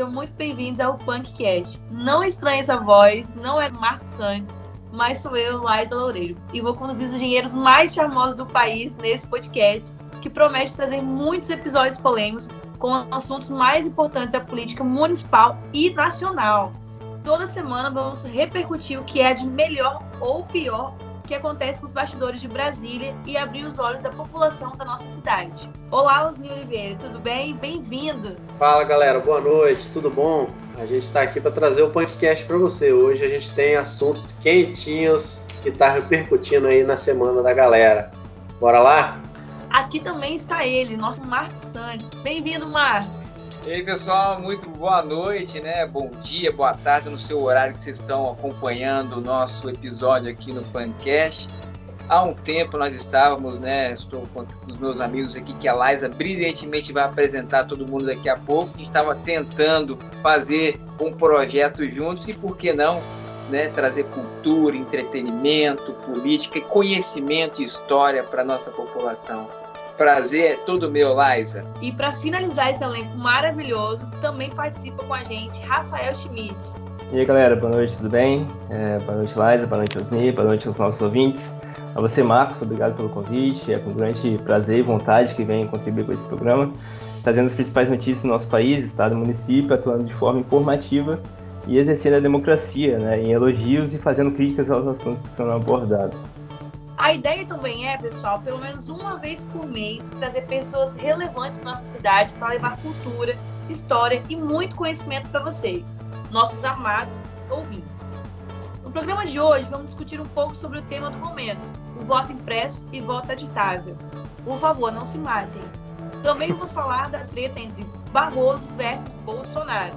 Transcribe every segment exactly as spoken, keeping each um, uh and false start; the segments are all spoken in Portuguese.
sejam muito bem-vindos ao PunkCast. Não estranhe essa voz, não é Marcos Santos, mas sou eu, Laísa Loureiro, e vou conduzir os engenheiros mais charmosos do país nesse podcast, que promete trazer muitos episódios polêmicos com assuntos mais importantes da política municipal e nacional. Toda semana vamos repercutir o que é de melhor ou pior que acontece com os bastidores de Brasília e abrir os olhos da população da nossa cidade. Olá, Osni Oliveira, tudo bem? Bem-vindo! Fala, galera, boa noite, tudo bom? A gente está aqui para trazer o PunkCast para você. Hoje a gente tem assuntos quentinhos que tá repercutindo aí na semana da galera. Bora lá? Aqui também está ele, nosso Marcos Santos. Bem-vindo, Marcos! E aí, pessoal, muito boa noite, né? Bom dia, boa tarde no seu horário que vocês estão acompanhando o nosso episódio aqui no PunkCast. Há um tempo nós estávamos, né? Estou com os meus amigos aqui, que a Laísa brilhantemente vai apresentar todo mundo daqui a pouco. A gente estava tentando fazer um projeto juntos e, por que não, né? Trazer cultura, entretenimento, política, conhecimento e história para a nossa população. Prazer é todo meu, Laísa. E para finalizar esse elenco maravilhoso, também participa com a gente Rafael Schmidt. E aí, galera, boa noite, tudo bem? É, boa noite, Laísa, boa noite, Osni, boa noite aos nossos ouvintes. A você, Marcos, obrigado pelo convite. É com grande prazer e vontade que venho contribuir com esse programa, trazendo as principais notícias do nosso país, estado e município, atuando de forma informativa e exercendo a democracia, né, em elogios e fazendo críticas aos assuntos que são abordados. A ideia também é, pessoal, pelo menos uma vez por mês, trazer pessoas relevantes na nossa cidade para levar cultura, história e muito conhecimento para vocês, nossos amados ouvintes. No programa de hoje, vamos discutir um pouco sobre o tema do momento, o voto impresso e voto aditável. Por favor, não se matem. Também vamos falar da treta entre Barroso versus Bolsonaro.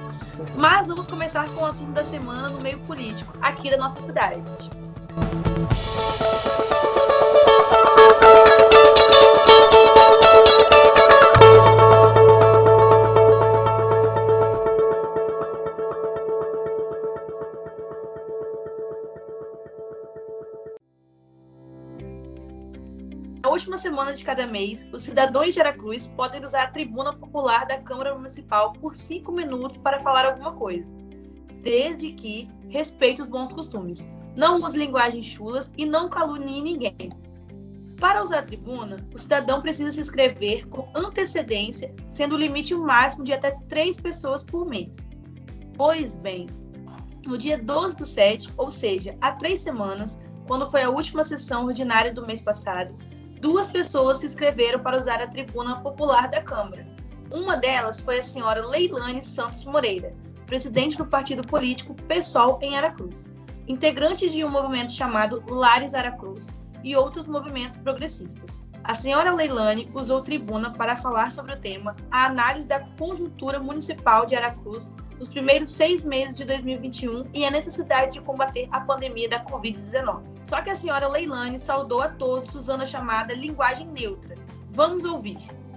Mas vamos começar com o assunto da semana no meio político, aqui da nossa cidade. Na última semana de cada mês, os cidadãos de Aracruz podem usar a tribuna popular da Câmara Municipal por cinco minutos para falar alguma coisa, desde que respeite os bons costumes, não use linguagens chulas e não calunie ninguém. Para usar a tribuna, o cidadão precisa se inscrever com antecedência, sendo o limite máximo de até três pessoas por mês. Pois bem, no dia doze do sete, ou seja, há três semanas, quando foi a última sessão ordinária do mês passado, duas pessoas se inscreveram para usar a tribuna popular da Câmara. Uma delas foi a senhora Leilane Santos Moreira, presidente do partido político PSOL em Aracruz, integrante de um movimento chamado Lares Aracruz e outros movimentos progressistas. A senhora Leilane usou tribuna para falar sobre o tema a análise da conjuntura municipal de Aracruz nos primeiros seis meses de dois mil e vinte e um e a necessidade de combater a pandemia da covid dezenove. Só que a senhora Leilane saudou a todos usando a chamada linguagem neutra. Vamos ouvir.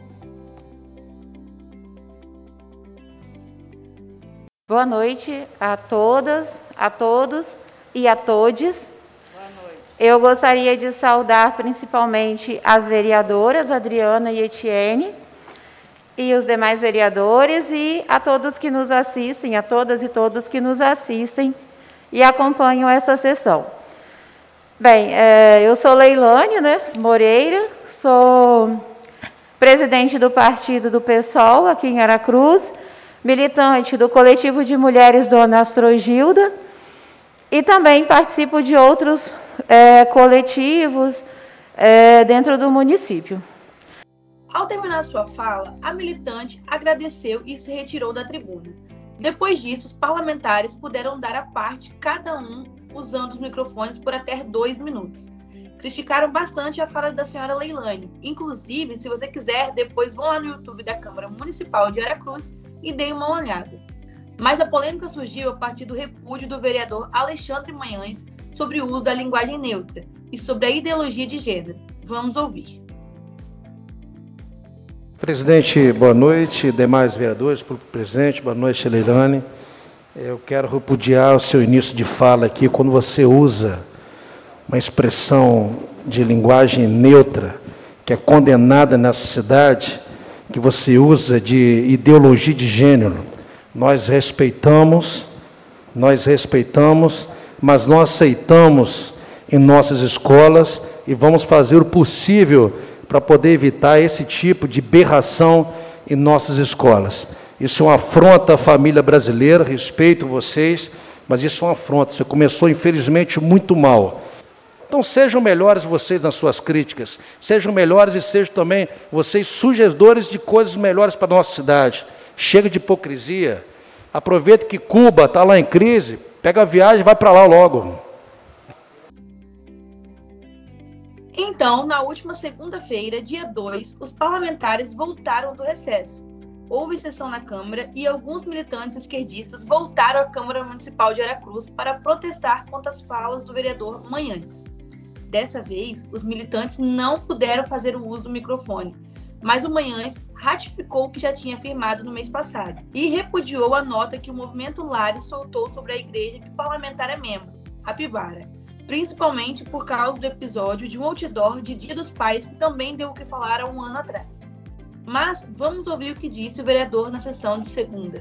Boa noite a todas, a todos e a todes. Boa noite. Eu gostaria de saudar principalmente as vereadoras Adriana e Etienne e os demais vereadores e a todos que nos assistem, a todas e todos que nos assistem e acompanham essa sessão. Bem, é, eu sou Leilane, né, Moreira, sou presidente do partido do PSOL aqui em Aracruz, militante do coletivo de mulheres Dona Astrogilda e também participo de outros é, coletivos é, dentro do município. Ao terminar sua fala, a militante agradeceu e se retirou da tribuna. Depois disso, os parlamentares puderam dar a parte, cada um usando os microfones por até dois minutos. Criticaram bastante a fala da senhora Leilane. Inclusive, se você quiser, depois vão lá no YouTube da Câmara Municipal de Aracruz e deem uma olhada. Mas a polêmica surgiu a partir do repúdio do vereador Alexandre Manhães sobre o uso da linguagem neutra e sobre a ideologia de gênero. Vamos ouvir. Presidente, boa noite. Demais vereadores, público presente, boa noite, Leilane. Eu quero repudiar o seu início de fala aqui, quando você usa uma expressão de linguagem neutra, que é condenada nessa cidade, que você usa de ideologia de gênero. Nós respeitamos, nós respeitamos, mas nós aceitamos em nossas escolas e vamos fazer o possível para poder evitar esse tipo de berração em nossas escolas. Isso é uma afronta à família brasileira, respeito vocês, mas isso é uma afronta. Você começou, infelizmente, muito mal. Então sejam melhores vocês nas suas críticas, sejam melhores e sejam também vocês sugeridores de coisas melhores para a nossa cidade. Chega de hipocrisia, aproveita que Cuba está lá em crise, pega a viagem e vai para lá logo. Então, na última segunda-feira, dia dois, os parlamentares voltaram do recesso. Houve sessão na Câmara e alguns militantes esquerdistas voltaram à Câmara Municipal de Aracruz para protestar contra as falas do vereador Manhães. Dessa vez, os militantes não puderam fazer o uso do microfone, mas o Manhães ratificou o que já tinha afirmado no mês passado e repudiou a nota que o Movimento Lares soltou sobre a igreja que o parlamentar é membro, a Pibara, principalmente por causa do episódio de um outdoor de Dia dos Pais que também deu o que falar há um ano atrás. Mas vamos ouvir o que disse o vereador na sessão de segunda.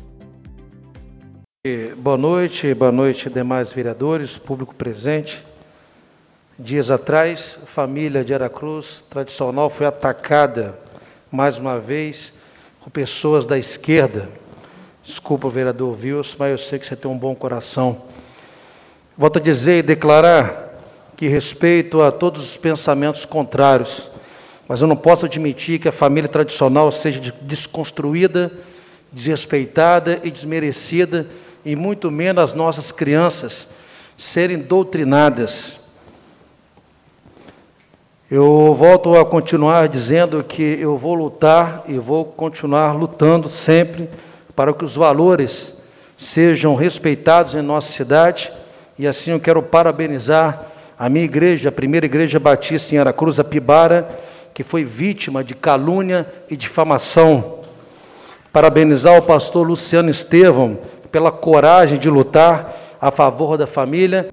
Boa noite, boa noite demais vereadores, público presente. Dias atrás, a família de Aracruz tradicional foi atacada mais uma vez por pessoas da esquerda. Desculpa, vereador Wilson, mas eu sei que você tem um bom coração. Volto a dizer e declarar que respeito a todos os pensamentos contrários, mas eu não posso admitir que a família tradicional seja desconstruída, desrespeitada e desmerecida, e muito menos as nossas crianças serem doutrinadas. Eu volto a continuar dizendo que eu vou lutar e vou continuar lutando sempre para que os valores sejam respeitados em nossa cidade. E assim eu quero parabenizar a minha igreja, a primeira igreja batista em Aracruz, a Pibara, que foi vítima de calúnia e difamação. Parabenizar o pastor Luciano Estevão pela coragem de lutar a favor da família.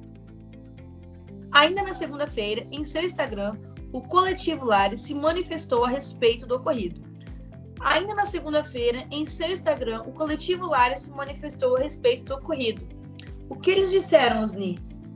Ainda na segunda-feira, em seu Instagram, o Coletivo Lares se manifestou a respeito do ocorrido. Ainda na segunda-feira, em seu Instagram, o Coletivo Lares se manifestou a respeito do ocorrido. O que eles disseram, Osni?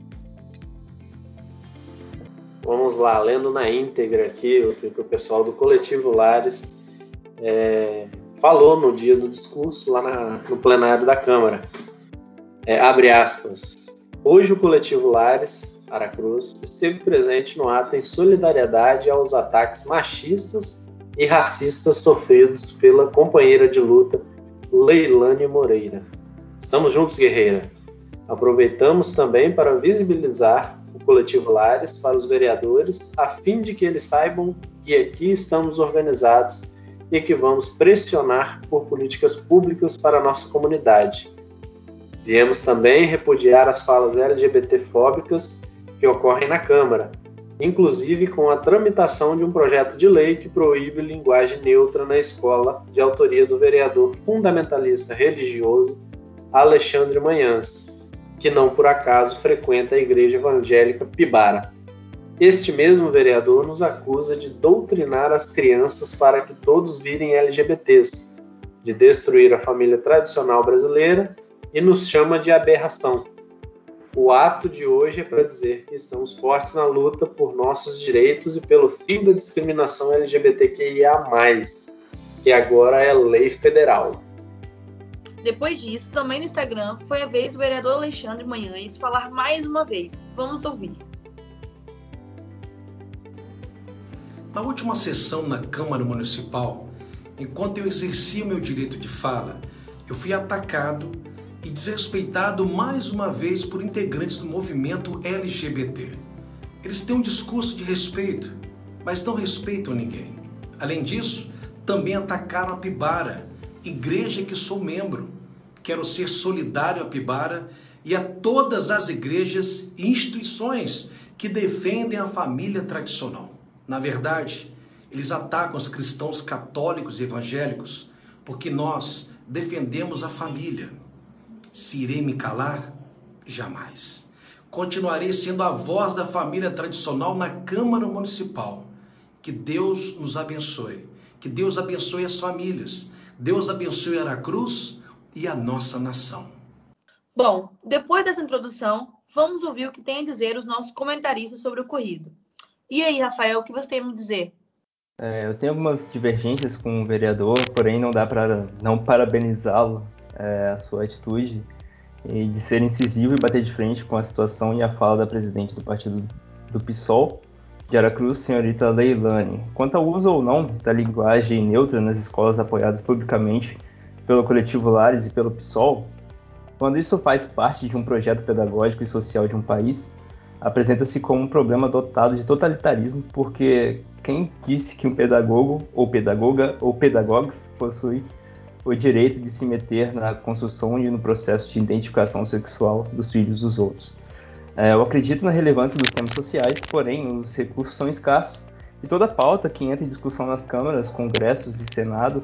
Vamos lá, lendo na íntegra aqui o que o pessoal do Coletivo Lares é, falou no dia do discurso lá na, no plenário da Câmara. É, abre aspas. Hoje o Coletivo Lares, Aracruz, esteve presente no ato em solidariedade aos ataques machistas e racistas sofridos pela companheira de luta Leilane Moreira. Estamos juntos, guerreira. Aproveitamos também para visibilizar o Coletivo Lares para os vereadores, a fim de que eles saibam que aqui estamos organizados e que vamos pressionar por políticas públicas para a nossa comunidade. Viemos também repudiar as falas L G B T-fóbicas que ocorrem na Câmara, inclusive com a tramitação de um projeto de lei que proíbe linguagem neutra na escola, de autoria do vereador fundamentalista religioso Alexandre Manhães, que não por acaso frequenta a Igreja Evangélica Pibara. Este mesmo vereador nos acusa de doutrinar as crianças para que todos virem L G B Ts, de destruir a família tradicional brasileira e nos chama de aberração. O ato de hoje é para dizer que estamos fortes na luta por nossos direitos e pelo fim da discriminação L G B T Q I A mais, que agora é lei federal. Depois disso, também no Instagram, foi a vez do vereador Alexandre Manhães falar mais uma vez. Vamos ouvir. Na última sessão na Câmara Municipal, enquanto eu exercia o meu direito de fala, eu fui atacado e desrespeitado mais uma vez por integrantes do movimento L G B T. Eles têm um discurso de respeito, mas não respeitam ninguém. Além disso, também atacaram a Pibara, igreja que sou membro. Quero ser solidário à Pibara e a todas as igrejas e instituições que defendem a família tradicional. Na verdade, eles atacam os cristãos católicos e evangélicos porque nós defendemos a família. Se irei me calar? Jamais. Continuarei sendo a voz da família tradicional na Câmara Municipal. Que Deus nos abençoe. Que Deus abençoe as famílias. Deus abençoe Aracruz e a nossa nação. Bom, depois dessa introdução, vamos ouvir o que tem a dizer os nossos comentaristas sobre o ocorrido. E aí, Rafael, o que você tem a me dizer? É, eu tenho algumas divergências com o vereador, porém não dá para não parabenizá-lo é, a sua atitude e de ser incisivo e bater de frente com a situação e a fala da presidente do partido do PSOL de Aracruz, senhorita Leilane. Quanto ao uso ou não da linguagem neutra nas escolas apoiadas publicamente pelo Coletivo Lares e pelo PSOL, quando isso faz parte de um projeto pedagógico e social de um país, apresenta-se como um problema dotado de totalitarismo, porque quem disse que um pedagogo, ou pedagoga, ou pedagogos possui o direito de se meter na construção e no processo de identificação sexual dos filhos dos outros? É, eu acredito na relevância dos temas sociais, porém os recursos são escassos e toda pauta que entra em discussão nas câmaras, congressos e senado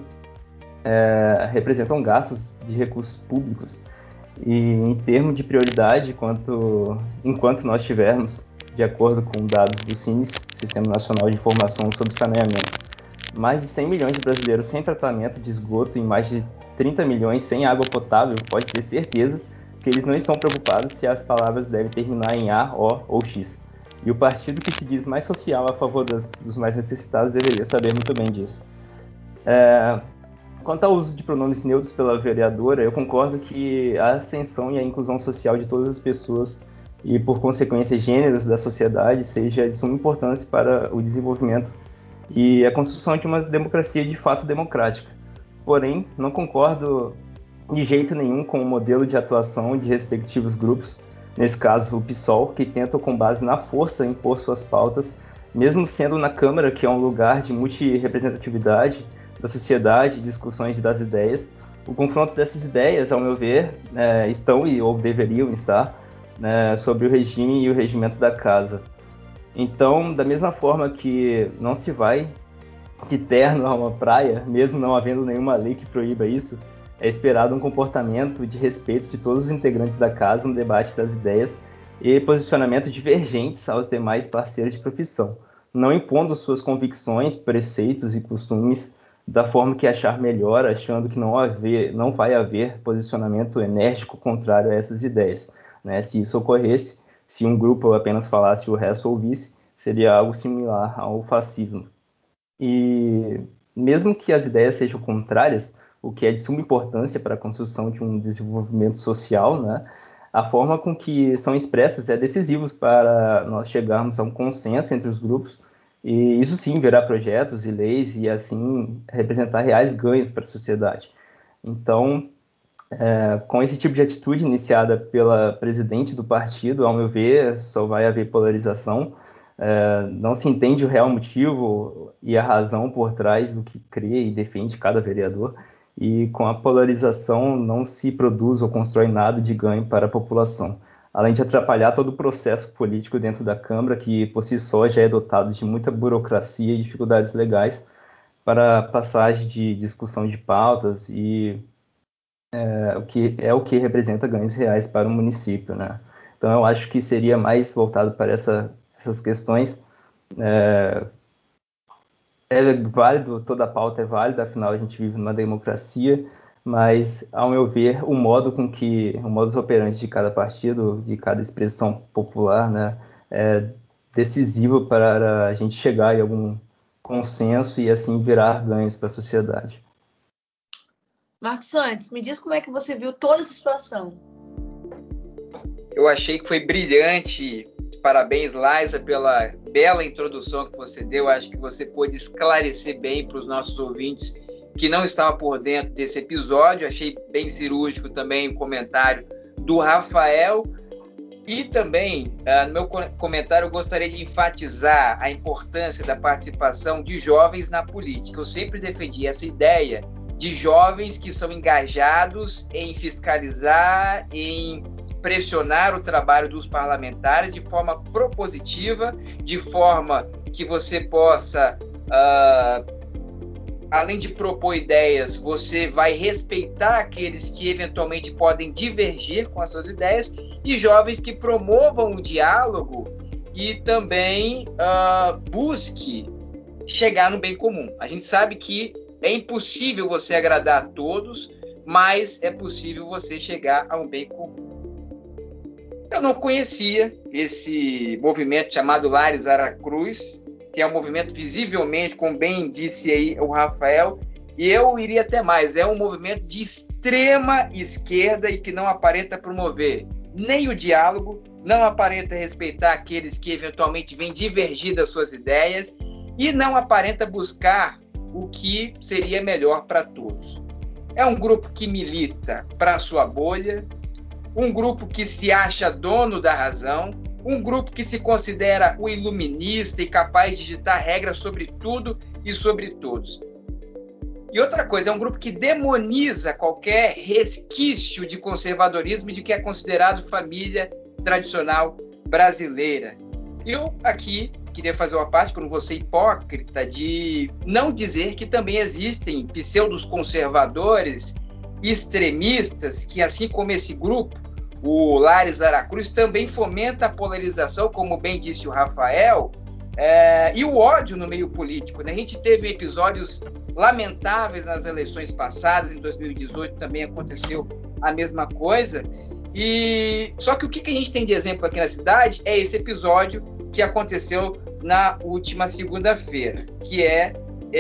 é, representam gastos de recursos públicos. E em termos de prioridade, enquanto, enquanto nós tivermos, de acordo com dados do SINES, Sistema Nacional de Informação sobre Saneamento, mais de cem milhões de brasileiros sem tratamento de esgoto e mais de trinta milhões sem água potável, pode ter certeza que eles não estão preocupados se as palavras devem terminar em A, O ou X. E o partido que se diz mais social a favor das, dos mais necessitados deveria saber muito bem disso. É... Quanto ao uso de pronomes neutros pela vereadora, eu concordo que a ascensão e a inclusão social de todas as pessoas e, por consequência, gêneros da sociedade seja de suma importância para o desenvolvimento e a construção de uma democracia de fato democrática. Porém, não concordo de jeito nenhum com o modelo de atuação de respectivos grupos, nesse caso o PSOL, que tentam com base na força impor suas pautas, mesmo sendo na Câmara, que é um lugar de multirrepresentatividade da sociedade, discussões das ideias. O confronto dessas ideias, ao meu ver, é, estão e ou deveriam estar né, sobre o regime e o regimento da casa. Então, da mesma forma que não se vai de terno a uma praia, mesmo não havendo nenhuma lei que proíba isso, é esperado um comportamento de respeito de todos os integrantes da casa no debate das ideias e posicionamento divergentes aos demais parceiros de profissão, não impondo suas convicções, preceitos e costumes da forma que achar melhor, achando que não, haver, não vai haver posicionamento enérgico contrário a essas ideias. Né? Se isso ocorresse, se um grupo apenas falasse e o resto ouvisse, seria algo similar ao fascismo. E mesmo que as ideias sejam contrárias, o que é de suma importância para a construção de um desenvolvimento social, né? A forma com que são expressas é decisiva para nós chegarmos a um consenso entre os grupos e isso sim virar projetos e leis e assim representar reais ganhos para a sociedade. Então, é, com esse tipo de atitude iniciada pela presidente do partido, ao meu ver, só vai haver polarização. É, não se entende o real motivo e a razão por trás do que crê e defende cada vereador. E com a polarização não se produz ou constrói nada de ganho para a população, além de atrapalhar todo o processo político dentro da Câmara, que por si só já é dotado de muita burocracia e dificuldades legais para a passagem de discussão de pautas e é, o que é o que representa ganhos reais para o município, né? Então eu acho que seria mais voltado para essa, essas questões. É, É válido, toda a pauta é válida, afinal a gente vive numa democracia, mas, ao meu ver, o modo com que, o modus operandi de cada partido, de cada expressão popular, né, é decisivo para a gente chegar em algum consenso e, assim, virar ganhos para a sociedade. Marcos Santos, me diz como é que você viu toda essa situação. Eu achei que foi brilhante. Parabéns, Laisa, pela bela introdução que você deu. Acho que você pôde esclarecer bem para os nossos ouvintes que não estavam por dentro desse episódio. Achei bem cirúrgico também o comentário do Rafael. E também, uh, no meu comentário, eu gostaria de enfatizar a importância da participação de jovens na política. Eu sempre defendi essa ideia de jovens que são engajados em fiscalizar, em pressionar o trabalho dos parlamentares de forma propositiva, de forma que você possa, uh, além de propor ideias, você vai respeitar aqueles que eventualmente podem divergir com as suas ideias, e jovens que promovam o diálogo e também uh, busque chegar no bem comum. A gente sabe que é impossível você agradar a todos, mais é possível você chegar a um bem comum. Eu não conhecia esse movimento chamado Lares Aracruz, que é um movimento visivelmente, como bem disse aí o Rafael, e eu iria até mais, é um movimento de extrema esquerda e que não aparenta promover nem o diálogo, não aparenta respeitar aqueles que eventualmente vêm divergir das suas ideias e não aparenta buscar o que seria melhor para todos. É um grupo que milita para a sua bolha, um grupo que se acha dono da razão, um grupo que se considera o iluminista e capaz de ditar regras sobre tudo e sobre todos. E outra coisa, é um grupo que demoniza qualquer resquício de conservadorismo e de que é considerado família tradicional brasileira. Eu aqui queria fazer uma parte, para não vou ser hipócrita, de não dizer que também existem pseudos conservadores extremistas que, assim como esse grupo, o Lares Aracruz, também fomenta a polarização, como bem disse o Rafael, é, e o ódio no meio político, né? A gente teve episódios lamentáveis nas eleições passadas, em dois mil e dezoito também aconteceu a mesma coisa, e só que o que a gente tem de exemplo aqui na cidade é esse episódio que aconteceu na última segunda-feira, que é,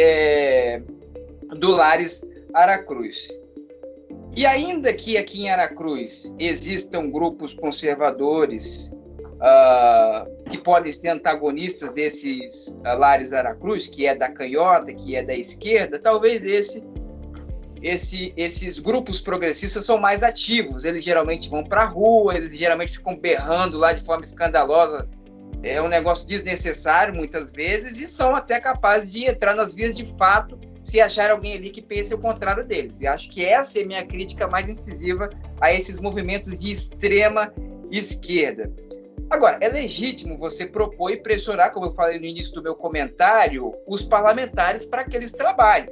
é do Lares Aracruz. E ainda que aqui em Aracruz existam grupos conservadores uh, que podem ser antagonistas desses uh, Lares Aracruz, que é da canhota, que é da esquerda, talvez esse, esse, esses grupos progressistas são mais ativos. Eles geralmente vão para a rua, eles geralmente ficam berrando lá de forma escandalosa. É um negócio desnecessário muitas vezes e são até capazes de entrar nas vias de fato se achar alguém ali que pense o contrário deles. E acho que essa é a minha crítica mais incisiva a esses movimentos de extrema esquerda. Agora, é legítimo você propor e pressionar, como eu falei no início do meu comentário, os parlamentares para que eles trabalhem.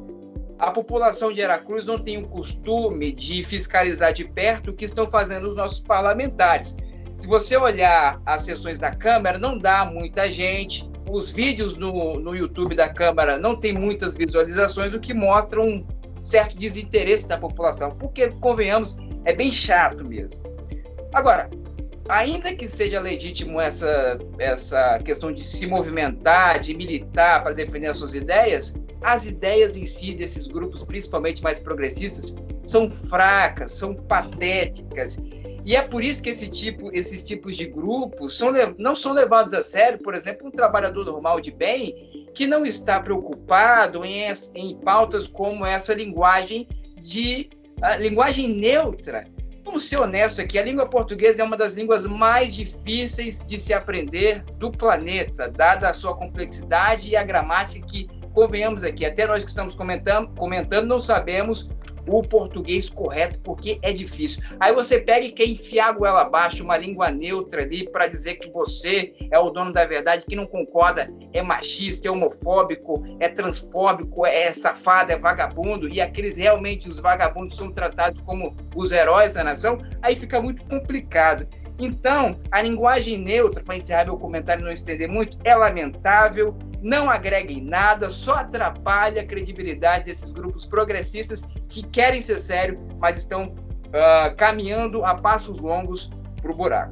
A população de Aracruz não tem o costume de fiscalizar de perto o que estão fazendo os nossos parlamentares. Se você olhar as sessões da Câmara, não dá muita gente. Os vídeos no, no YouTube da Câmara não tem muitas visualizações, o que mostra um certo desinteresse da população, porque, convenhamos, é bem chato mesmo. Agora, ainda que seja legítimo essa, essa questão de se movimentar, de militar para defender as suas ideias, as ideias em si desses grupos, principalmente mais progressistas, são fracas, são patéticas. E é por isso que esse tipo, esses tipos de grupos são, não são levados a sério. Por exemplo, um trabalhador normal de bem que não está preocupado em, em pautas como essa linguagem de a linguagem neutra. Vamos ser honestos aqui, a língua portuguesa é uma das línguas mais difíceis de se aprender do planeta, dada a sua complexidade e a gramática que, convenhamos aqui, até nós que estamos comentando, comentando não sabemos o português correto, porque é difícil. Aí você pega e quer enfiar a goela abaixo uma língua neutra ali para dizer que você é o dono da verdade, que não concorda, é machista, é homofóbico, é transfóbico, é safado, é vagabundo, e aqueles realmente, os vagabundos, são tratados como os heróis da nação, aí fica muito complicado. Então, a linguagem neutra, para encerrar meu comentário e não estender muito, é lamentável, não agrega em nada, só atrapalha a credibilidade desses grupos progressistas que querem ser sérios, mas estão uh, caminhando a passos longos para o buraco.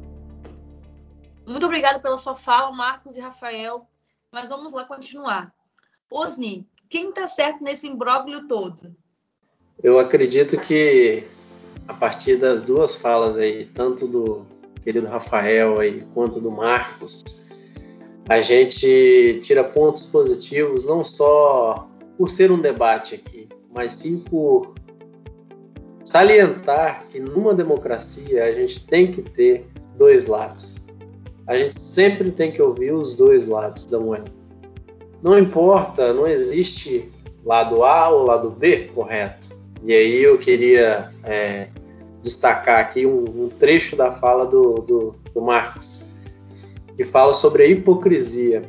Muito obrigado pela sua fala, Marcos e Rafael, mas vamos lá continuar. Osni, quem está certo nesse imbróglio todo? Eu acredito que a partir das duas falas aí, tanto do querido Rafael aí, quanto do Marcos, a gente tira pontos positivos, não só por ser um debate aqui, mas sim por salientar que numa democracia a gente tem que ter dois lados. A gente sempre tem que ouvir os dois lados da moeda. Não importa, não existe lado A ou lado B correto. E aí eu queria é, destacar aqui um, um trecho da fala do, do, do Marcos, que fala sobre a hipocrisia.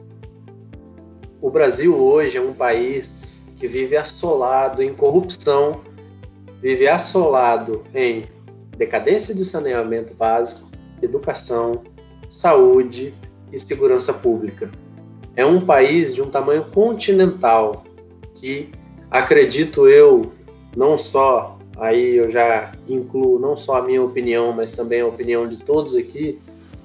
O Brasil hoje é um país que vive assolado em corrupção, vive assolado em decadência de saneamento básico, educação, saúde e segurança pública. É um país de um tamanho continental que, acredito eu, não só, aí eu já incluo não só a minha opinião, mas também a opinião de todos aqui,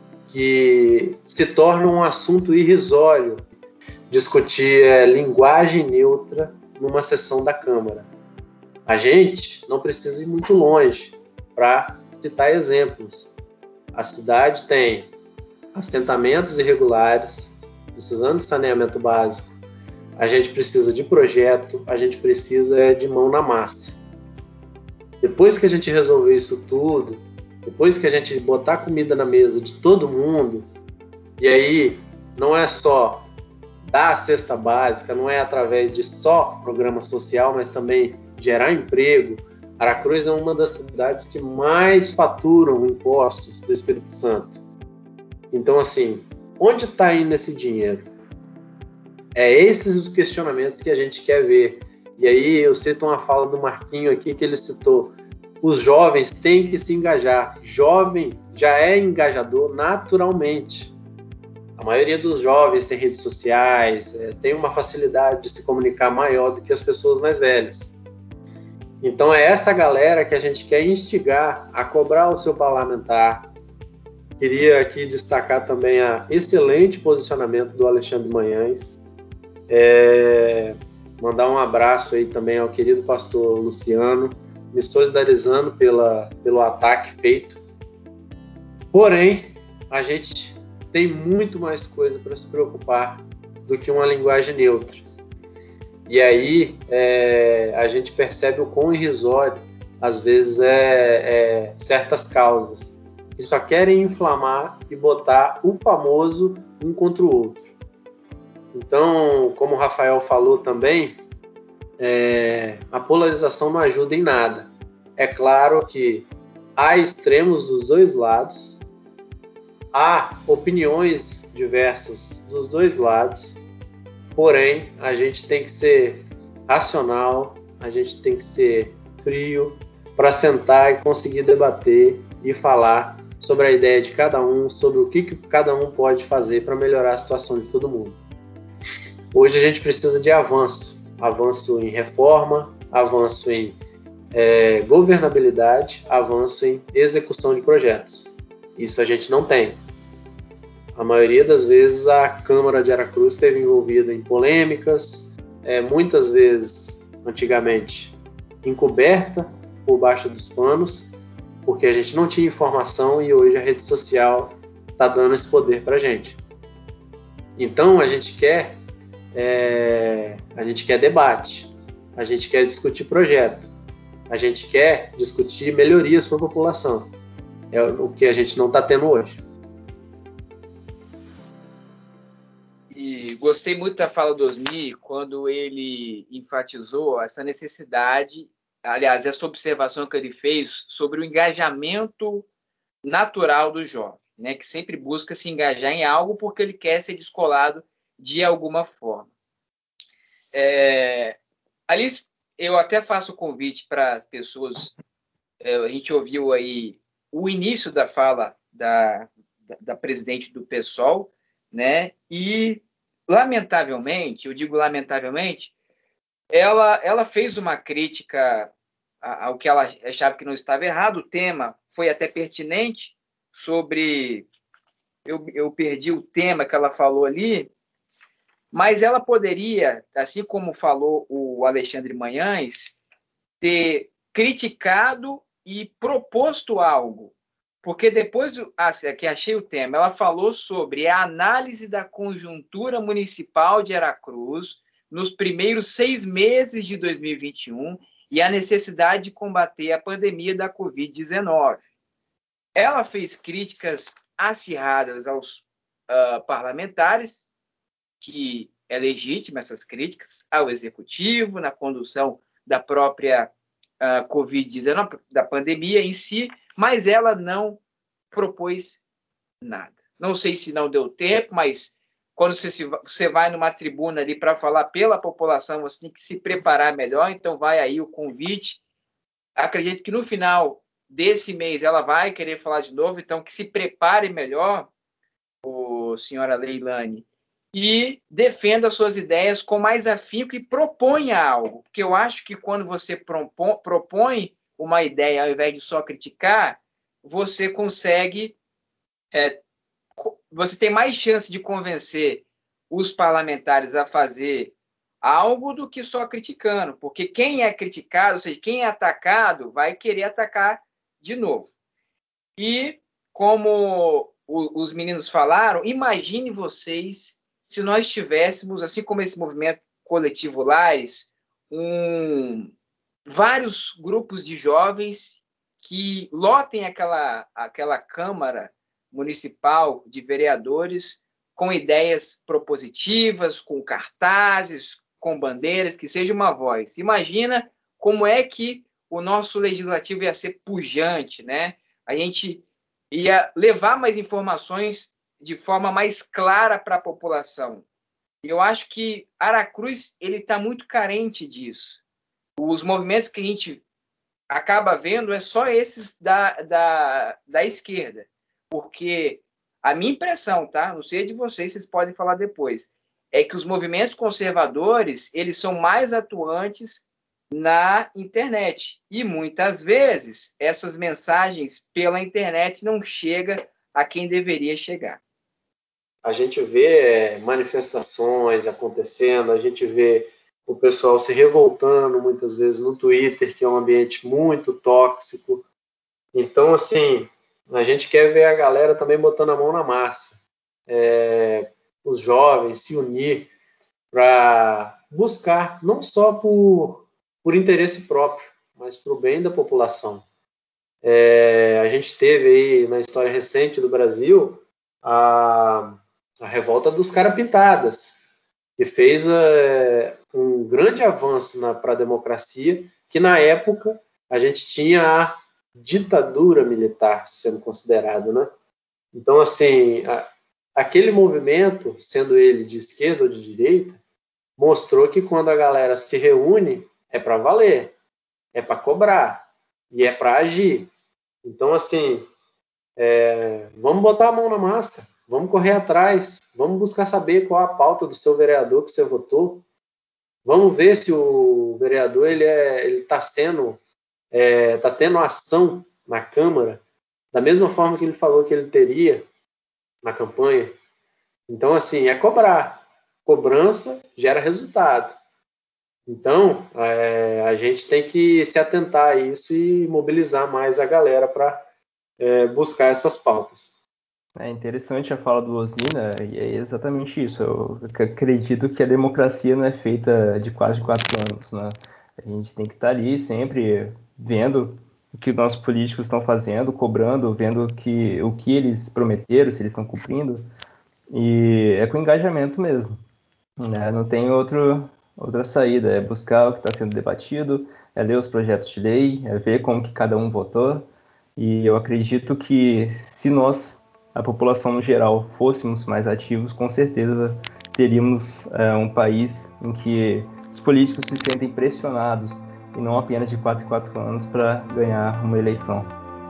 que se torna um assunto irrisório discutir é, linguagem neutra numa sessão da Câmara. A gente não precisa ir muito longe para citar exemplos. A cidade tem assentamentos irregulares, precisando de saneamento básico. A gente precisa de projeto, a gente precisa de mão na massa. Depois que a gente resolver isso tudo, depois que a gente botar comida na mesa de todo mundo, e aí não é só dar a cesta básica, não é através de só programa social, mas também gerar emprego. Aracruz é uma das cidades que mais faturam impostos do Espírito Santo. Então, assim, onde está indo esse dinheiro? É esses os questionamentos que a gente quer ver. E aí eu cito uma fala do Marquinho aqui que ele citou: os jovens têm que se engajar. Jovem já é engajador naturalmente. A maioria dos jovens tem redes sociais, é, tem uma facilidade de se comunicar maior do que as pessoas mais velhas. Então é essa galera que a gente quer instigar a cobrar o seu parlamentar. Queria aqui destacar também o excelente posicionamento do Alexandre Manhães. É, mandar um abraço aí também ao querido pastor Luciano, me solidarizando pela, pelo ataque feito. Porém, a gente tem muito mais coisa para se preocupar do que uma linguagem neutra. E aí é, a gente percebe o quão irrisório, às vezes, é, é certas causas que só querem inflamar e botar o famoso um contra o outro. Então, como o Rafael falou também, é, a polarização não ajuda em nada. É claro que há extremos dos dois lados, há opiniões diversas dos dois lados, porém, a gente tem que ser racional, a gente tem que ser frio para sentar e conseguir debater e falar sobre a ideia de cada um, sobre o que, que cada um pode fazer para melhorar a situação de todo mundo. Hoje a gente precisa de avanço, avanço em reforma, avanço em é, governabilidade, avanço em execução de projetos. Isso a gente não tem. A maioria das vezes a Câmara de Aracruz esteve envolvida em polêmicas, é, muitas vezes, antigamente, encoberta por baixo dos panos, porque a gente não tinha informação e hoje a rede social está dando esse poder para a gente. Então a gente quer, é, a gente quer debate, a gente quer discutir projeto, a gente quer discutir melhorias para a população. É o que a gente não está tendo hoje. E gostei muito da fala do Osni quando ele enfatizou essa necessidade, aliás, essa observação que ele fez sobre o engajamento natural do jovem, né, que sempre busca se engajar em algo porque ele quer ser descolado de alguma forma. É, Alice, eu até faço o convite para as pessoas, é, a gente ouviu aí o início da fala da, da, da presidente do PSOL, né, e lamentavelmente, eu digo lamentavelmente, ela, ela fez uma crítica ao que ela achava que não estava errado, o tema foi até pertinente, sobre... Eu, eu perdi o tema que ela falou ali, mas ela poderia, assim como falou o Alexandre Manhães, ter criticado e proposto algo. Porque depois, ah, que achei o tema, ela falou sobre a análise da conjuntura municipal de Aracruz nos primeiros seis meses de dois mil e vinte e um e a necessidade de combater a pandemia da covid dezenove. Ela fez críticas acirradas aos uh, parlamentares, que é legítima essas críticas, ao executivo, na condução da própria uh, covid dezenove, da pandemia em si, mas ela não propôs nada. Não sei se não deu tempo, mas quando você, se, você vai numa tribuna ali para falar pela população, você tem que se preparar melhor, então vai aí o convite. Acredito que no final desse mês ela vai querer falar de novo, então que se prepare melhor, o senhora Leilane, e defenda suas ideias com mais afinco e proponha algo. Porque eu acho que quando você propõe uma ideia ao invés de só criticar, você consegue, é, você tem mais chance de convencer os parlamentares a fazer algo do que só criticando. Porque quem é criticado, ou seja, quem é atacado, vai querer atacar de novo. E como os meninos falaram, imagine vocês se nós tivéssemos, assim como esse movimento coletivo Lares, um, vários grupos de jovens que lotem aquela, aquela Câmara Municipal de Vereadores com ideias propositivas, com cartazes, com bandeiras, que seja uma voz. Imagina como é que o nosso legislativo ia ser pujante, né? A gente ia levar mais informações de forma mais clara para a população. E eu acho que Aracruz ele está muito carente disso. Os movimentos que a gente acaba vendo é só esses da, da, da esquerda. Porque a minha impressão, tá? Não sei de vocês, vocês podem falar depois, é que os movimentos conservadores eles são mais atuantes na internet. E muitas vezes essas mensagens pela internet não chegam a quem deveria chegar. A gente vê manifestações acontecendo, a gente vê o pessoal se revoltando muitas vezes no Twitter, que é um ambiente muito tóxico. Então, assim, a gente quer ver a galera também botando a mão na massa. É, os jovens se unir para buscar, não só por, por interesse próprio, mas para o bem da população. É, a gente teve aí na história recente do Brasil a a revolta dos Cara-Pintadas, que fez é, um grande avanço para a democracia, que na época a gente tinha a ditadura militar sendo considerado, né? Então, assim, a, aquele movimento, sendo ele de esquerda ou de direita, mostrou que quando a galera se reúne, é para valer, é para cobrar e é para agir. Então, assim, é, vamos botar a mão na massa. Vamos correr atrás, vamos buscar saber qual a pauta do seu vereador que você votou. Vamos ver se o vereador ele é, ele está sendo, é, tá tendo ação na Câmara da mesma forma que ele falou que ele teria na campanha. Então, assim, é cobrar. Cobrança gera resultado. Então, é, a gente tem que se atentar a isso e mobilizar mais a galera para é, buscar essas pautas. É interessante a fala do Osni, né? E é exatamente isso. Eu acredito que a democracia não é feita de quase quatro anos, né? A gente tem que estar ali sempre vendo o que os nossos políticos estão fazendo, cobrando, vendo que, o que eles prometeram, se eles estão cumprindo. E é com engajamento mesmo, né? Não tem outro, outra saída. É buscar o que está sendo debatido, é ler os projetos de lei, é ver como que cada um votou. E eu acredito que se nós, a população no geral, fôssemos mais ativos, com certeza teríamos é, um país em que os políticos se sentem pressionados e não apenas de quatro em quatro anos para ganhar uma eleição.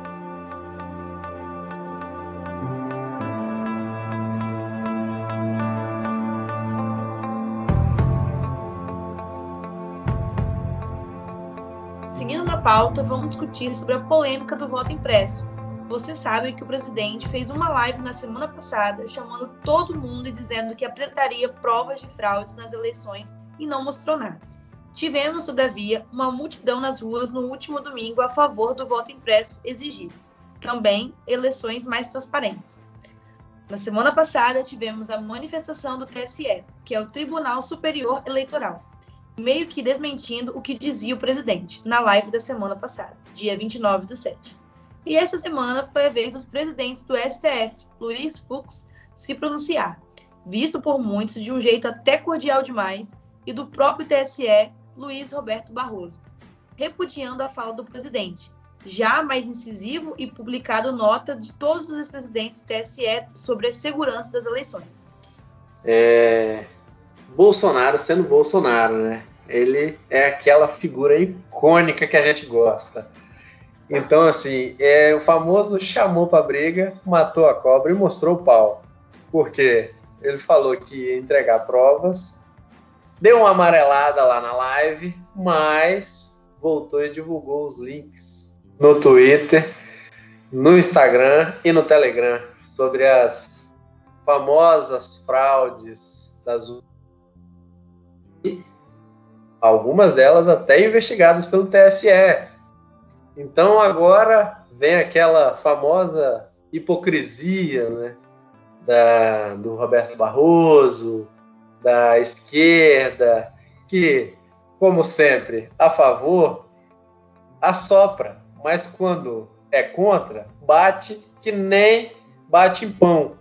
Seguindo na pauta, vamos discutir sobre a polêmica do voto impresso. Você sabe que o presidente fez uma live na semana passada chamando todo mundo e dizendo que apresentaria provas de fraudes nas eleições e não mostrou nada. Tivemos, todavia, uma multidão nas ruas no último domingo a favor do voto impresso exigido. Também eleições mais transparentes. Na semana passada, tivemos a manifestação do T S E, que é o Tribunal Superior Eleitoral, meio que desmentindo o que dizia o presidente na live da semana passada, dia vinte e nove do sete. E essa semana foi a vez dos presidentes do S T F, Luiz Fux, se pronunciar, visto por muitos de um jeito até cordial demais, e do próprio T S E, Luiz Roberto Barroso, repudiando a fala do presidente, já mais incisivo e publicado nota de todos os ex-presidentes do T S E sobre a segurança das eleições. É... Bolsonaro sendo Bolsonaro, né? Ele é aquela figura icônica que a gente gosta. Então, assim, é o famoso chamou pra briga, matou a cobra e mostrou o pau. Por quê? ele falou que ia entregar provas, deu uma amarelada lá na live, mas voltou e divulgou os links no Twitter, no Instagram e no Telegram sobre as famosas fraudes das urnas. Algumas delas até investigadas pelo T S E. Então agora vem aquela famosa hipocrisia, né, da, do Roberto Barroso, da esquerda, que, como sempre, a favor, assopra, mas quando é contra, bate que nem bate em pão.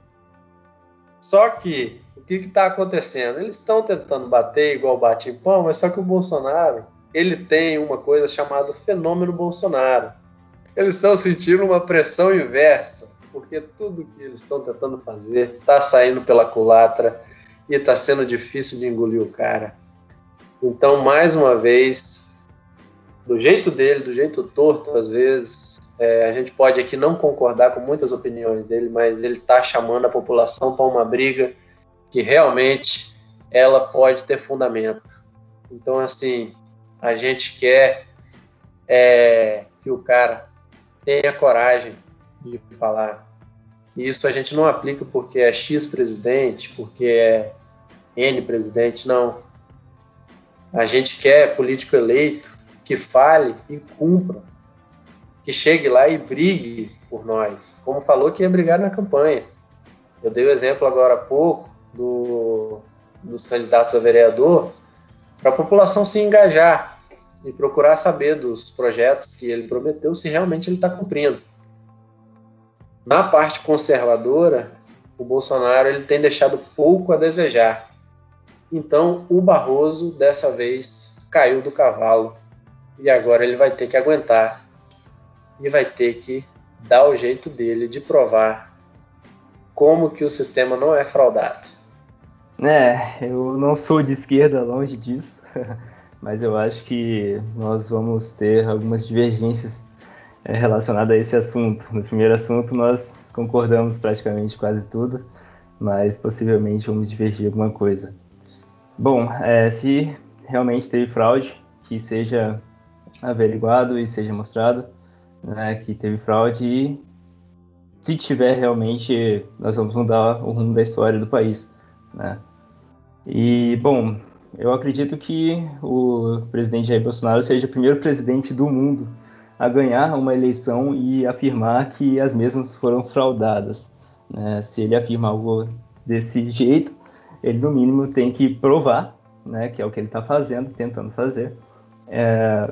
Só que, o que está acontecendo? Eles estão tentando bater igual bate em pão, mas só que o Bolsonaro, ele tem uma coisa chamada fenômeno Bolsonaro. Eles estão sentindo uma pressão inversa, porque tudo que eles estão tentando fazer está saindo pela culatra e está sendo difícil de engolir o cara. Então, mais uma vez, do jeito dele, do jeito torto, às vezes, é, a gente pode aqui não concordar com muitas opiniões dele, mas ele está chamando a população para uma briga que realmente ela pode ter fundamento. Então, assim, a gente quer é, que o cara tenha coragem de falar. E isso a gente não aplica porque é X presidente, porque é N presidente, não. A gente quer político eleito que fale e cumpra, que chegue lá e brigue por nós, como falou que ia brigar na campanha. Eu dei o exemplo agora há pouco do, dos candidatos a vereador, para a população se engajar e procurar saber dos projetos que ele prometeu, se realmente ele está cumprindo. Na parte conservadora, o Bolsonaro ele tem deixado pouco a desejar. Então, o Barroso, dessa vez, caiu do cavalo. E agora ele vai ter que aguentar. E vai ter que dar o jeito dele de provar como que o sistema não é fraudado. É, eu não sou de esquerda, longe disso. Mas eu acho que nós vamos ter algumas divergências relacionadas a esse assunto. No primeiro assunto, nós concordamos praticamente quase tudo, mas possivelmente vamos divergir alguma coisa. Bom, é, se realmente teve fraude, que seja averiguado e seja mostrado, né, que teve fraude, e se tiver realmente, nós vamos mudar o rumo da história do país, né? E, bom, eu acredito que o presidente Jair Bolsonaro seja o primeiro presidente do mundo a ganhar uma eleição e afirmar que as mesmas foram fraudadas, né? Se ele afirma algo desse jeito, ele no mínimo tem que provar, né, que é o que ele está fazendo, tentando fazer. É...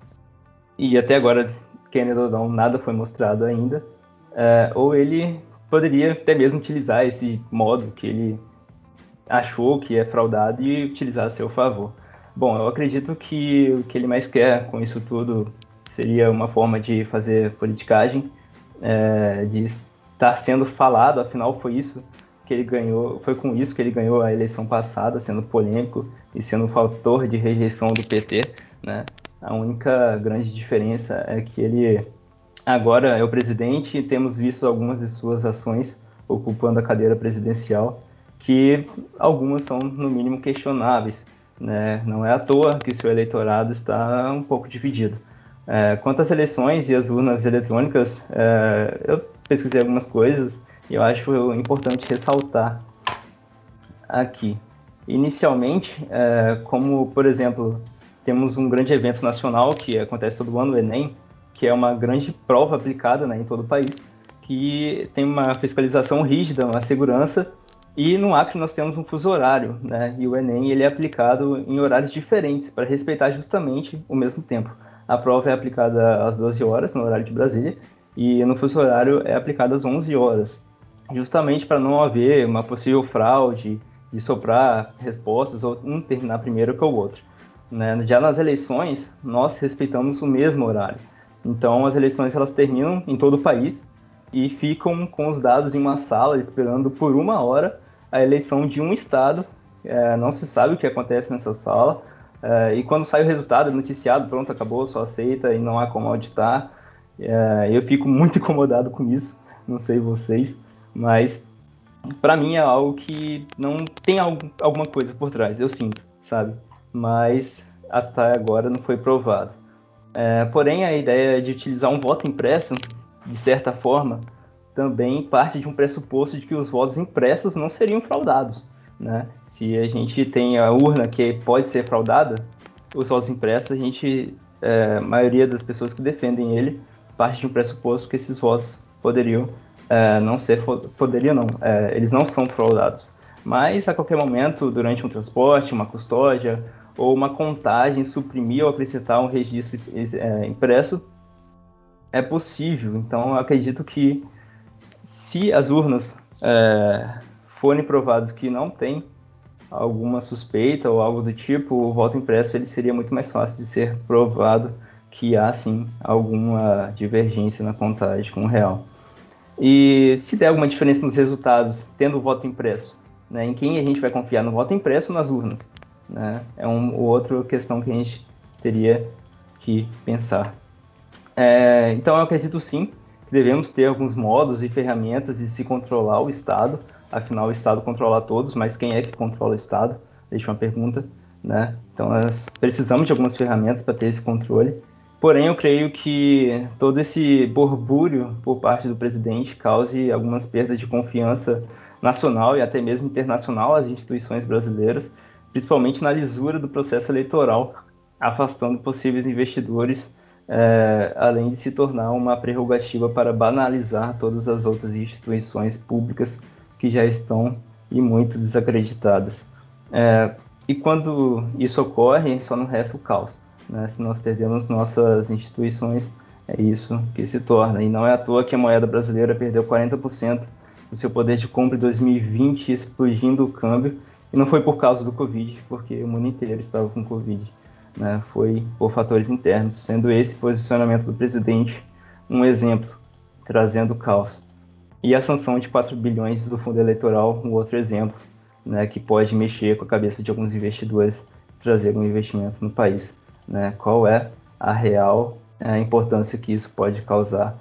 E até agora, querendo ou não, nada foi mostrado ainda. É... Ou ele poderia até mesmo utilizar esse modo que ele achou que é fraudado e utilizar a seu favor. Bom, eu acredito que o que ele mais quer com isso tudo seria uma forma de fazer politicagem, é, de estar sendo falado, afinal foi isso que ele ganhou, foi com isso que ele ganhou a eleição passada, sendo polêmico e sendo um fator de rejeição do P T, né? A única grande diferença é que ele agora é o presidente e temos visto algumas de suas ações ocupando a cadeira presidencial, que algumas são no mínimo questionáveis, né? Não é à toa que seu eleitorado está um pouco dividido. É, quanto às eleições e as urnas eletrônicas, é, eu pesquisei algumas coisas e eu acho importante ressaltar aqui. Inicialmente, é, como, por exemplo, temos um grande evento nacional que acontece todo ano, o Enem, que é uma grande prova aplicada, né, em todo o país, que tem uma fiscalização rígida, uma segurança, e no Acre nós temos um fuso horário, né, e o Enem ele é aplicado em horários diferentes para respeitar justamente o mesmo tempo. A prova é aplicada às doze horas, no horário de Brasília, e no fuso horário é aplicada às onze horas, justamente para não haver uma possível fraude, de soprar respostas ou um terminar primeiro que o outro, né? Já nas eleições, nós respeitamos o mesmo horário. Então, as eleições elas terminam em todo o país e ficam com os dados em uma sala esperando por uma hora a eleição de um estado. É, não se sabe o que acontece nessa sala. É, e quando sai o resultado, é noticiado, pronto, acabou, só aceita e não há como auditar. É, eu fico muito incomodado com isso, não sei vocês, mas para mim é algo que não tem algo, alguma coisa por trás, eu sinto, sabe? Mas até agora não foi provado. É, porém, a ideia de utilizar um voto impresso, de certa forma, também parte de um pressuposto de que os votos impressos não seriam fraudados, né? Se a gente tem a urna que pode ser fraudada, os votos impressos, a gente, é, a maioria das pessoas que defendem ele, parte de um pressuposto que esses votos poderiam é, não ser, poderiam não, é, eles não são fraudados. Mas a qualquer momento, durante um transporte, uma custódia ou uma contagem, suprimir ou acrescentar um registro é, impresso é possível. Então, eu acredito que se as urnas é, forem provadas que não tem alguma suspeita ou algo do tipo, o voto impresso ele seria muito mais fácil de ser provado que há sim alguma divergência na contagem com o real. E se der alguma diferença nos resultados, tendo o voto impresso, né, em quem a gente vai confiar, no voto impresso ou nas urnas? Né? É uma outra questão que a gente teria que pensar. É, então eu acredito sim que devemos ter alguns modos e ferramentas de se controlar o Estado. Afinal, o Estado controla todos, mas quem é que controla o Estado? Deixa uma pergunta, né? Então nós precisamos de algumas ferramentas para ter esse controle. Porém, eu creio que todo esse borbúrio por parte do presidente cause algumas perdas de confiança nacional e até mesmo internacional às instituições brasileiras, principalmente na lisura do processo eleitoral, afastando possíveis investidores, é, além de se tornar uma prerrogativa para banalizar todas as outras instituições públicas que já estão e muito desacreditadas. É, e quando isso ocorre, só não resta o caos. Né? Se nós perdemos nossas instituições, é isso que se torna. E não é à toa que a moeda brasileira perdeu quarenta por cento do seu poder de compra em dois mil e vinte, explodindo o câmbio. E não foi por causa do Covid, porque o mundo inteiro estava com Covid. Né? Foi por fatores internos, sendo esse posicionamento do presidente um exemplo, trazendo caos. E a sanção de quatro bilhões do fundo eleitoral, um outro exemplo, né, que pode mexer com a cabeça de alguns investidores, trazer um investimento no país. Né? Qual é a real a importância que isso pode causar?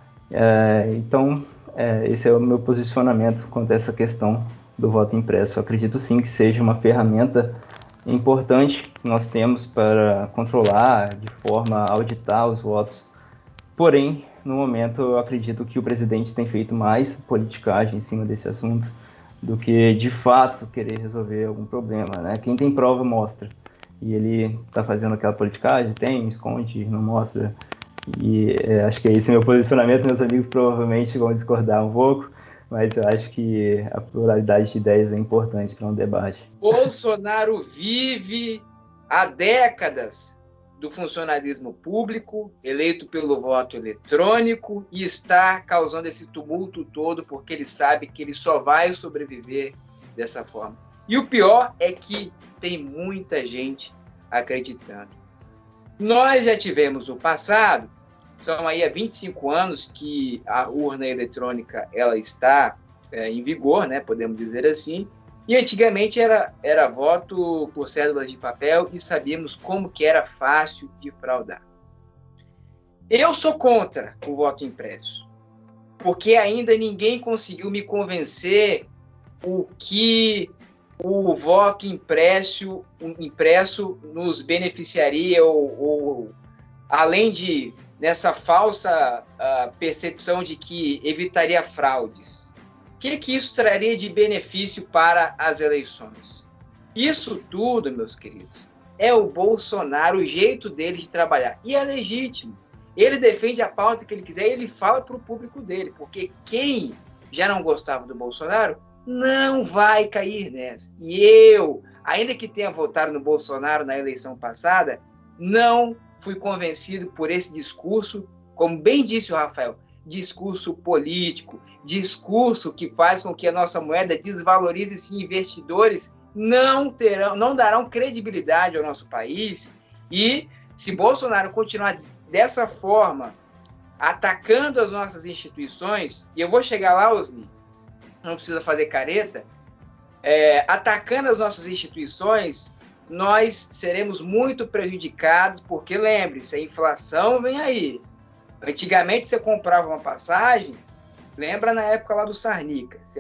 É, então, é, esse é o meu posicionamento quanto a essa questão do voto impresso. Eu acredito sim que seja uma ferramenta importante que nós temos para controlar, de forma a auditar os votos. Porém, no momento, eu acredito que o presidente tem feito mais politicagem em cima desse assunto do que, de fato, querer resolver algum problema. Né? Quem tem prova, mostra. E ele está fazendo aquela politicagem, tem, esconde, não mostra. E é, acho que é esse meu posicionamento. Meus amigos provavelmente vão discordar um pouco, mas eu acho que a pluralidade de ideias é importante para um debate. Bolsonaro vive há décadas do funcionalismo público, eleito pelo voto eletrônico, e está causando esse tumulto todo porque ele sabe que ele só vai sobreviver dessa forma. E o pior é que tem muita gente acreditando. Nós já tivemos o passado, são aí há vinte e cinco anos que a urna eletrônica ela está é, em vigor, né, podemos dizer assim, e antigamente era, era voto por cédulas de papel e sabíamos como que era fácil de fraudar. Eu sou contra o voto impresso, porque ainda ninguém conseguiu me convencer o que o voto impresso, impresso nos beneficiaria ou, ou além de nessa falsa uh, percepção de que evitaria fraudes. O que, que isso traria de benefício para as eleições? Isso tudo, meus queridos, é o Bolsonaro, o jeito dele de trabalhar. E é legítimo. Ele defende a pauta que ele quiser e ele fala para o público dele, porque quem já não gostava do Bolsonaro não vai cair nessa. E eu, ainda que tenha votado no Bolsonaro na eleição passada, não fui convencido por esse discurso, como bem disse o Rafael, discurso político, discurso que faz com que a nossa moeda desvalorize se investidores não terão, não darão credibilidade ao nosso país. E se Bolsonaro continuar dessa forma, atacando as nossas instituições, e eu vou chegar lá, Osni, não precisa fazer careta, é, atacando as nossas instituições, nós seremos muito prejudicados, porque lembre-se, a inflação vem aí. Antigamente você comprava uma passagem, lembra na época lá do Sarnica, você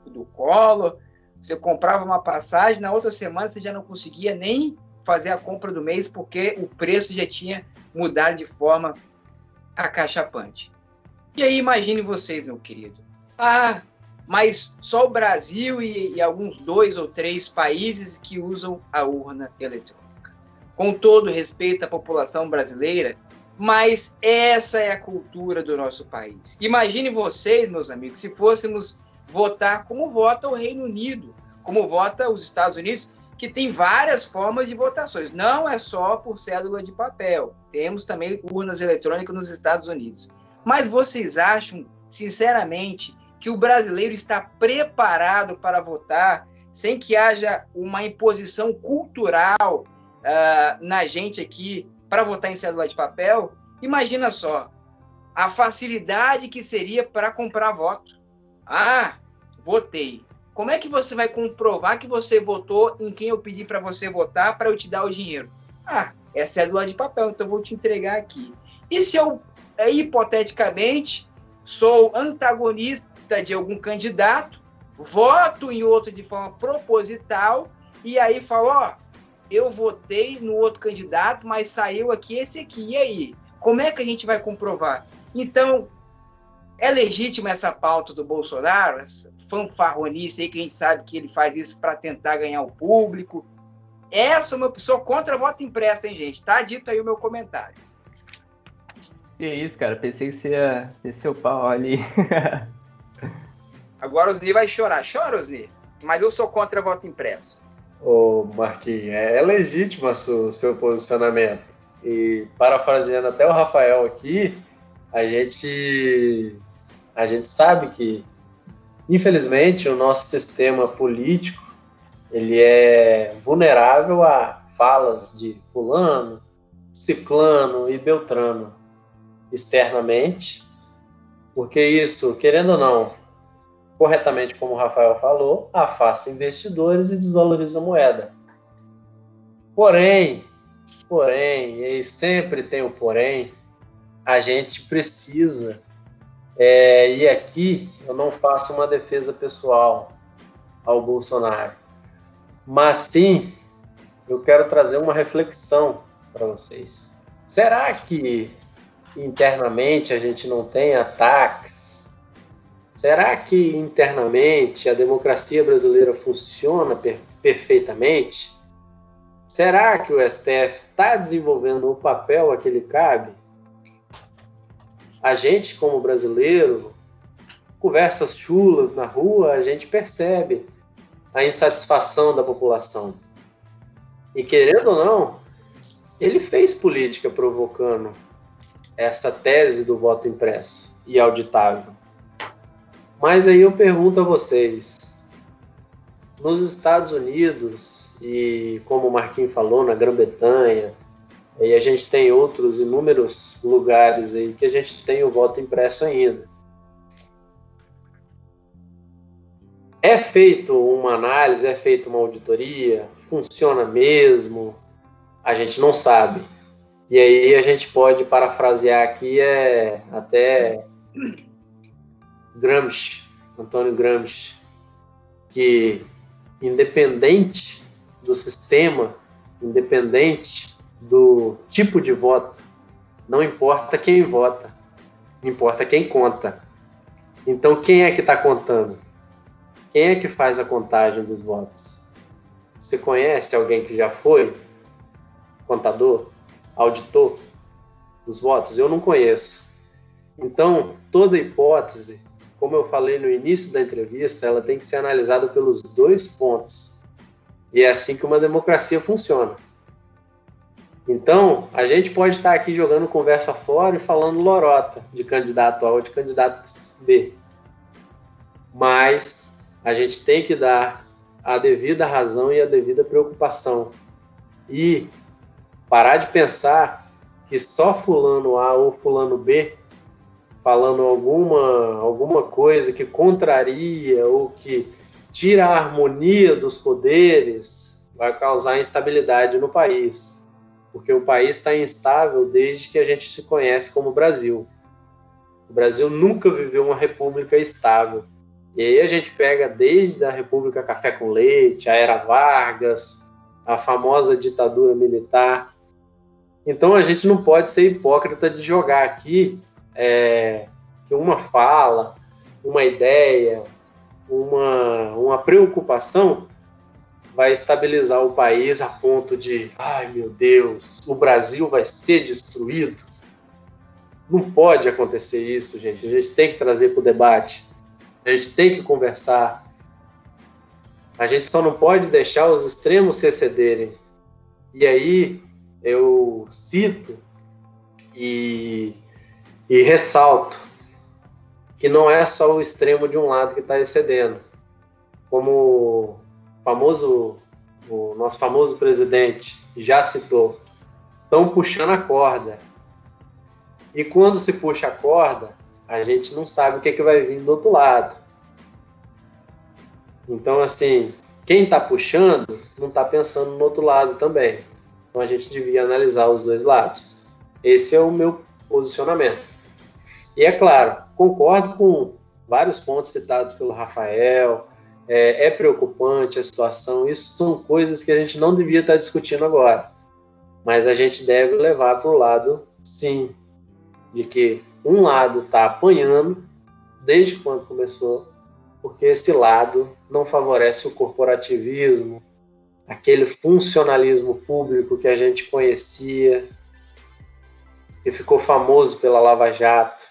do Collor, você comprava uma passagem, na outra semana você já não conseguia nem fazer a compra do mês, porque o preço já tinha mudado de forma acachapante. E aí, imagine vocês, meu querido. Ah, mas só o Brasil e, e alguns dois ou três países que usam a urna eletrônica. Com todo respeito à população brasileira, mas essa é a cultura do nosso país. Imagine vocês, meus amigos, se fôssemos votar como vota o Reino Unido, como vota os Estados Unidos, que tem várias formas de votações. Não é só por cédula de papel. Temos também urnas eletrônicas nos Estados Unidos. Mas vocês acham, sinceramente, que o brasileiro está preparado para votar sem que haja uma imposição cultural uh, na gente aqui para votar em cédula de papel? Imagina só, a facilidade que seria para comprar voto. Ah, votei. Como é que você vai comprovar que você votou em quem eu pedi para você votar para eu te dar o dinheiro? Ah, é cédula de papel, então eu vou te entregar aqui. E se eu, hipoteticamente, sou antagonista de algum candidato, voto em outro de forma proposital e aí falo, ó, eu votei no outro candidato, mas saiu aqui esse aqui. E aí? Como é que a gente vai comprovar? Então, é legítima essa pauta do Bolsonaro, essa fanfarronice aí que a gente sabe que ele faz isso para tentar ganhar o público. Essa é uma pessoa contra voto impresso, hein, gente? Tá dito aí o meu comentário. Que isso, cara. Pensei que você ia ter seu pau ali. Agora o Osni vai chorar. Chora, Osni. Mas eu sou contra voto impresso. Ô, Marquinhos, é legítimo o seu posicionamento. E parafraseando até o Rafael aqui, a gente, a gente sabe que, infelizmente, o nosso sistema político ele é vulnerável a falas de fulano, ciclano e beltrano externamente, porque isso, querendo ou não, corretamente como o Rafael falou, afasta investidores e desvaloriza a moeda. Porém, porém, e sempre tem o porém, a gente precisa, é, e aqui eu não faço uma defesa pessoal ao Bolsonaro, mas sim eu quero trazer uma reflexão para vocês. Será que internamente a gente não tem ataques? Será que internamente a democracia brasileira funciona per- perfeitamente? Será que o S T F está desenvolvendo o papel a que lhe cabe? A gente, como brasileiro, conversas chulas na rua, a gente percebe a insatisfação da população. E querendo ou não, ele fez política provocando essa tese do voto impresso e auditável. Mas aí eu pergunto a vocês, nos Estados Unidos e, como o Marquinhos falou, na Grã-Bretanha, e a gente tem outros inúmeros lugares aí que a gente tem o voto impresso ainda. É feito uma análise, é feita uma auditoria, funciona mesmo? A gente não sabe. E aí a gente pode parafrasear aqui é até Gramsci, Antônio Gramsci, que independente do sistema, independente do tipo de voto, não importa quem vota, importa quem conta. Então quem é que está contando? Quem é que faz a contagem dos votos? Você conhece alguém que já foi contador, auditor dos votos? Eu não conheço. Então, toda hipótese, como eu falei no início da entrevista, ela tem que ser analisada pelos dois pontos. E é assim que uma democracia funciona. Então, a gente pode estar aqui jogando conversa fora e falando lorota de candidato A ou de candidato B. Mas a gente tem que dar a devida razão e a devida preocupação. E parar de pensar que só fulano A ou fulano B falando alguma, alguma coisa que contraria ou que tira a harmonia dos poderes vai causar instabilidade no país. Porque o país está instável desde que a gente se conhece como Brasil. O Brasil nunca viveu uma república estável. E aí a gente pega desde a República Café com Leite, a Era Vargas, a famosa ditadura militar. Então a gente não pode ser hipócrita de jogar aqui é, que uma fala, uma ideia, uma, uma preocupação vai estabilizar o país a ponto de, ai meu Deus, o Brasil vai ser destruído. Não pode acontecer isso, gente. A gente tem que trazer para o debate. A gente tem que conversar. A gente só não pode deixar os extremos se excederem. E aí eu cito e, e ressalto que não é só o extremo de um lado que está excedendo. Como o, famoso, o nosso famoso presidente já citou, estão puxando a corda. E quando se puxa a corda, a gente não sabe o que, é que vai vir do outro lado. Então, assim, quem está puxando não está pensando no outro lado também. Então, a gente devia analisar os dois lados. Esse é o meu posicionamento. E, é claro, concordo com vários pontos citados pelo Rafael. É, é preocupante a situação. Isso são coisas que a gente não devia estar discutindo agora. Mas a gente deve levar para o lado, sim, de que um lado está apanhando desde quando começou, porque esse lado não favorece o corporativismo, aquele funcionalismo público que a gente conhecia, que ficou famoso pela Lava Jato.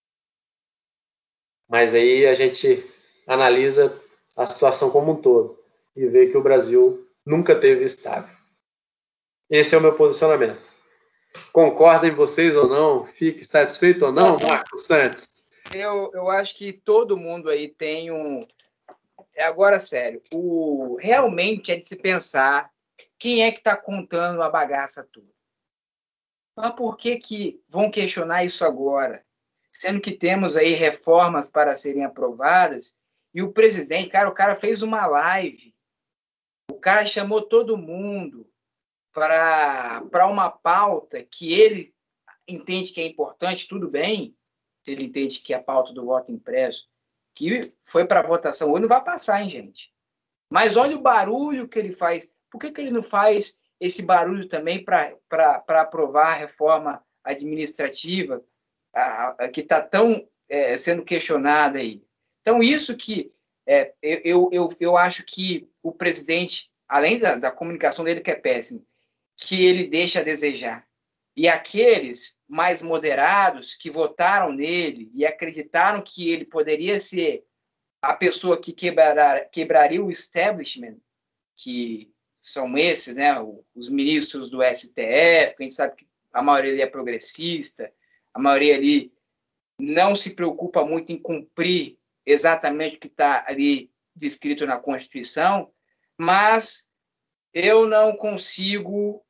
Mas aí a gente analisa a situação como um todo e vê que o Brasil nunca teve estável. Esse é o meu posicionamento. Concordem vocês ou não? Fique satisfeito ou não, Marcos Santos? Eu, eu acho que todo mundo aí tem um... Agora, sério, o... realmente é de se pensar quem é que está contando a bagaça toda. Mas por que que vão questionar isso agora? Sendo que temos aí reformas para serem aprovadas e o presidente, cara, o cara fez uma live, o cara chamou todo mundo para uma pauta que ele entende que é importante, tudo bem, se ele entende que é a pauta do voto impresso, que foi para votação hoje, não vai passar, hein, gente? Mas olha o barulho que ele faz. Por que, que ele não faz esse barulho também para aprovar a reforma administrativa a, a, que está tão é, sendo questionada aí? Então, isso que é, eu, eu, eu acho que o presidente, além da, da comunicação dele, que é péssima, que ele deixa a desejar. E aqueles mais moderados que votaram nele e acreditaram que ele poderia ser a pessoa que quebrar, quebraria o establishment, que são esses, né, os ministros do S T F, que a gente sabe que a maioria ali é progressista, a maioria ali não se preocupa muito em cumprir exatamente o que está ali descrito na Constituição, mas eu não consigo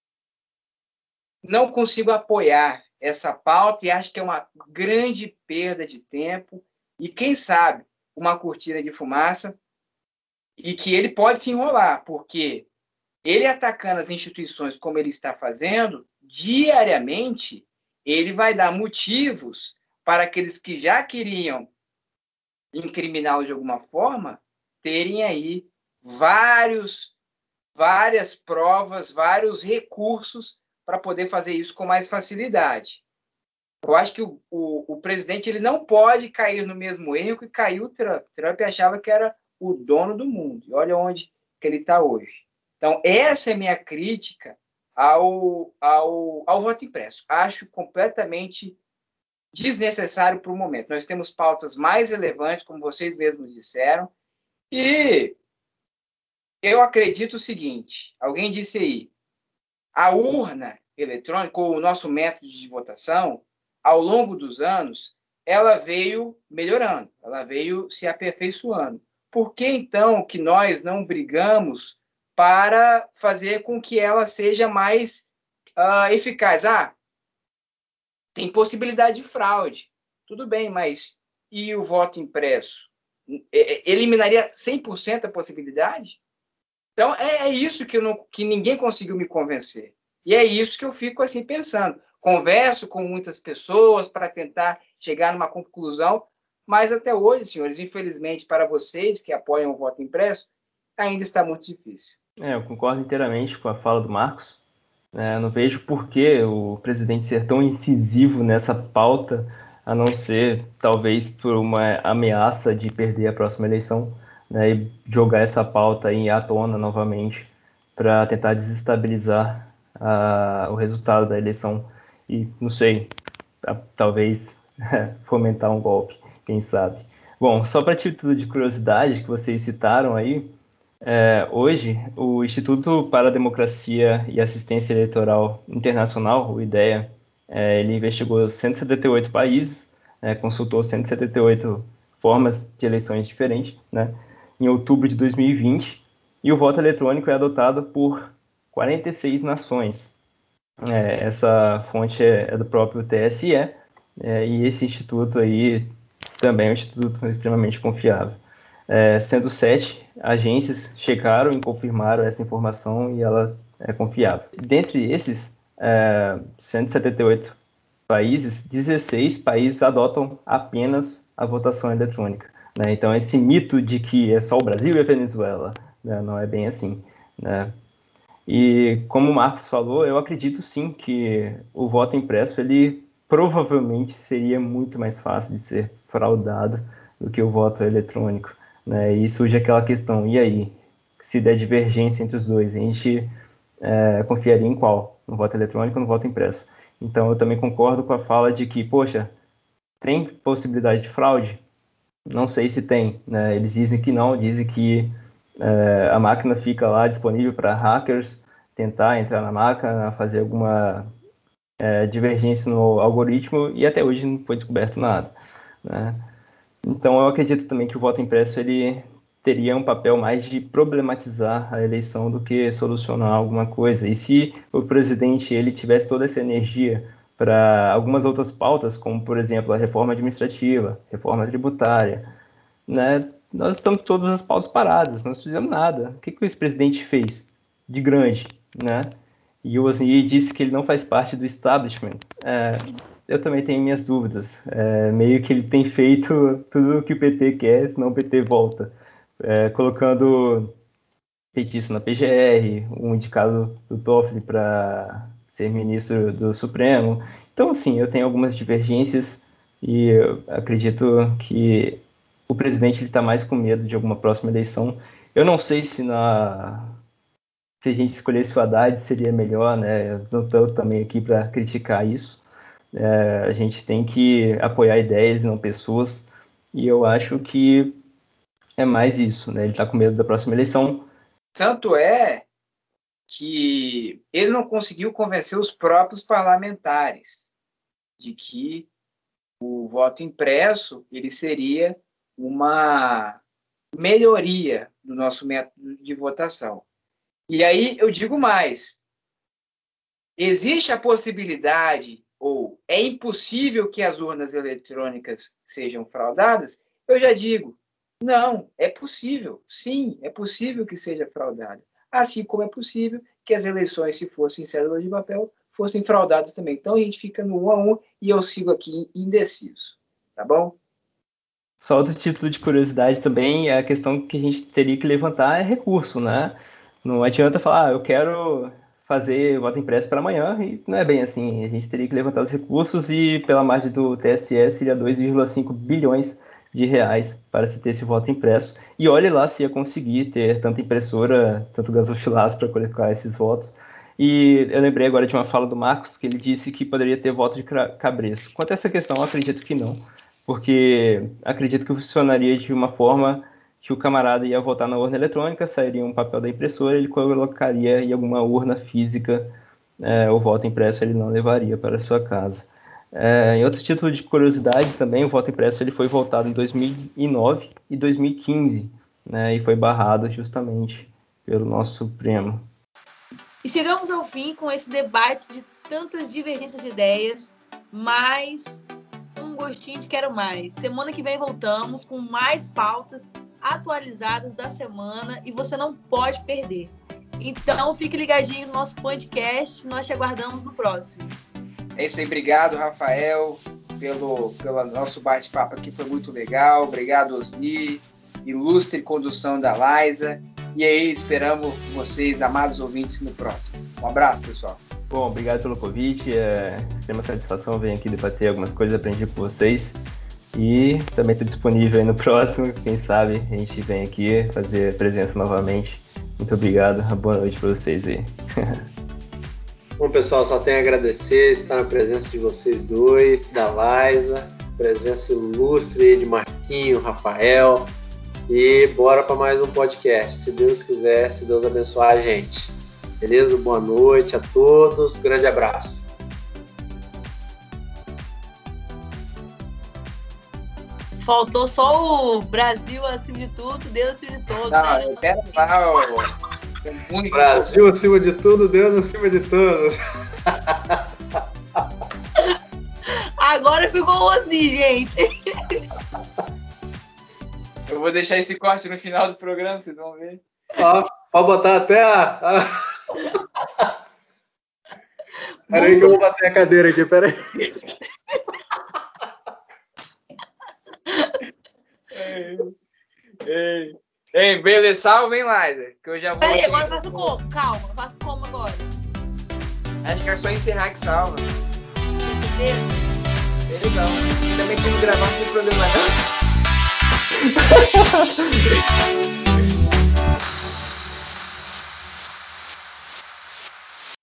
não consigo apoiar essa pauta e acho que é uma grande perda de tempo e, quem sabe, uma cortina de fumaça, e que ele pode se enrolar, porque ele atacando as instituições como ele está fazendo, diariamente, ele vai dar motivos para aqueles que já queriam incriminá-lo de alguma forma, terem aí vários, várias provas, vários recursos para poder fazer isso com mais facilidade. Eu acho que o, o, o presidente ele não pode cair no mesmo erro que caiu o Trump. Trump achava que era o dono do mundo. E olha onde que ele está hoje. Então, essa é a minha crítica ao, ao, ao voto impresso. Acho completamente desnecessário para o momento. Nós temos pautas mais relevantes, como vocês mesmos disseram, e eu acredito o seguinte, alguém disse aí, a urna eletrônica, ou o nosso método de votação, ao longo dos anos, ela veio melhorando, ela veio se aperfeiçoando. Por que, então, que nós não brigamos para fazer com que ela seja mais uh, eficaz? Ah, tem possibilidade de fraude. Tudo bem, mas e o voto impresso? Eliminaria cem por cento a possibilidade? Então, é, é isso que, eu não, que ninguém conseguiu me convencer. E é isso que eu fico assim pensando. Converso com muitas pessoas para tentar chegar numa conclusão, Mas até hoje, senhores, infelizmente para vocês que apoiam o voto impresso, ainda está muito difícil. É, eu concordo inteiramente com a fala do Marcos. É, não vejo por que o presidente ser tão incisivo nessa pauta, a não ser, talvez, por uma ameaça de perder a próxima eleição, né, e jogar essa pauta aí à tona novamente para tentar desestabilizar a, o resultado da eleição e, não sei, a, talvez fomentar um golpe, quem sabe. Bom, só para título de curiosidade que vocês citaram aí, É, hoje, o Instituto para a Democracia e Assistência Eleitoral Internacional, o IDEA, é, ele investigou cento e setenta e oito países, é, consultou cento e setenta e oito formas de eleições diferentes, né, em outubro de dois mil e vinte, e o voto eletrônico é adotado por quarenta e seis nações. É, essa fonte é, é do próprio T S E, é, e esse instituto aí também é um instituto extremamente confiável. É, sendo sete agências checaram e confirmaram essa informação e ela é confiável. Dentre esses é, cento e setenta e oito países, dezesseis países adotam apenas a votação eletrônica, né? Então esse mito de que é só o Brasil e a Venezuela, né, não é bem assim, né? E como o Marcos falou, eu acredito sim que o voto impresso ele provavelmente seria muito mais fácil de ser fraudado do que o voto eletrônico, né? E surge aquela questão, e aí? Se der divergência entre os dois, a gente é, confiaria em qual? No voto eletrônico ou no voto impresso? Então eu também concordo com a fala de que, poxa, tem possibilidade de fraude? Não sei se tem, né? Eles dizem que não, dizem que é, a máquina fica lá disponível para hackers tentar entrar na máquina, fazer alguma é, divergência no algoritmo, e até hoje não foi descoberto nada, né? Então eu acredito também que o voto impresso ele teria um papel mais de problematizar a eleição do que solucionar alguma coisa. E se o presidente ele tivesse toda essa energia para algumas outras pautas, como por exemplo a reforma administrativa, reforma tributária, né? Nós estamos todas as pautas paradas, não fizemos nada. O que, que o ex-presidente fez de grande, né? E o Osni disse que ele não faz parte do establishment. É, eu também tenho minhas dúvidas. É, meio que ele tem feito tudo o que o P T quer, senão o P T volta. É, colocando petista na P G R, um indicado do Toffoli para ser ministro do Supremo. Então, assim, eu tenho algumas divergências e eu acredito que o presidente está mais com medo de alguma próxima eleição. Eu não sei se na se a gente escolhesse o Haddad seria melhor, né? Eu não estou também aqui para criticar isso. É, a gente tem que apoiar ideias e não pessoas. E eu acho que é mais isso, né? Ele está com medo da próxima eleição. Tanto é que ele não conseguiu convencer os próprios parlamentares de que o voto impresso ele seria uma melhoria do nosso método de votação. E aí eu digo mais, existe a possibilidade ou é impossível que as urnas eletrônicas sejam fraudadas? Eu já digo, não, é possível, sim, é possível que seja fraudada. Assim como é possível que as eleições, se fossem cédula de papel, fossem fraudadas também. Então a gente fica no um a um e eu sigo aqui indeciso, tá bom? Só outro título de curiosidade também, a questão que a gente teria que levantar é recurso, né? Não adianta falar, ah, eu quero fazer voto impresso para amanhã, e não é bem assim. A gente teria que levantar os recursos e, pela margem do T S E, seria dois vírgula cinco bilhões de reais para se ter esse voto impresso. E olhe lá se ia conseguir ter tanta impressora, tanto gasofilaço para colocar esses votos. E eu lembrei agora de uma fala do Marcos, que ele disse que poderia ter voto de cabresto. Quanto a essa questão, eu acredito que não, porque acredito que funcionaria de uma forma que o camarada ia votar na urna eletrônica, sairia um papel da impressora, ele colocaria em alguma urna física é, o voto impresso, ele não levaria para a sua casa. É, em outro título de curiosidade também, o voto impresso ele foi votado em dois mil e nove e dois mil e quinze, né, e foi barrado justamente pelo nosso Supremo. E chegamos ao fim com esse debate de tantas divergências de ideias, mas um gostinho de quero mais. Semana que vem voltamos com mais pautas atualizadas da semana e você não pode perder. Então fique ligadinho no nosso podcast, nós te aguardamos no próximo. É isso aí, obrigado, Rafael. pelo, pelo nosso bate-papo aqui, foi muito legal. Obrigado, Osni, ilustre condução da Liza. E aí, esperamos vocês, amados ouvintes, no próximo. Um abraço, pessoal. Bom, obrigado pelo convite. É extrema satisfação vir aqui debater algumas coisas, aprendi com vocês. E também estou disponível aí no próximo. Quem sabe a gente vem aqui fazer presença novamente. Muito obrigado. Boa noite para vocês aí. Bom, pessoal, só tenho a agradecer estar na presença de vocês dois, da Liza, presença ilustre de Marquinho, Rafael. E bora para mais um podcast. Se Deus quiser, se Deus abençoar a gente. Beleza? Boa noite a todos. Grande abraço. Faltou só o Brasil acima de tudo, Deus acima de todos. Não, né? pera lá, ó. Muito Brasil acima de tudo, Deus acima de todos. Agora ficou assim, gente. Eu vou deixar esse corte no final do programa, vocês vão ver. Ó, pode botar até a... a... Peraí que eu vou bater a cadeira aqui, peraí. Ei, ei, ei, beleza, salve, hein, Liza? Que eu já vou... Peraí, agora eu faço como? Calma, eu faço como agora? Acho que é só encerrar que salva. Entendeu? Ele não, se também tinha que gravar, não tem problema não.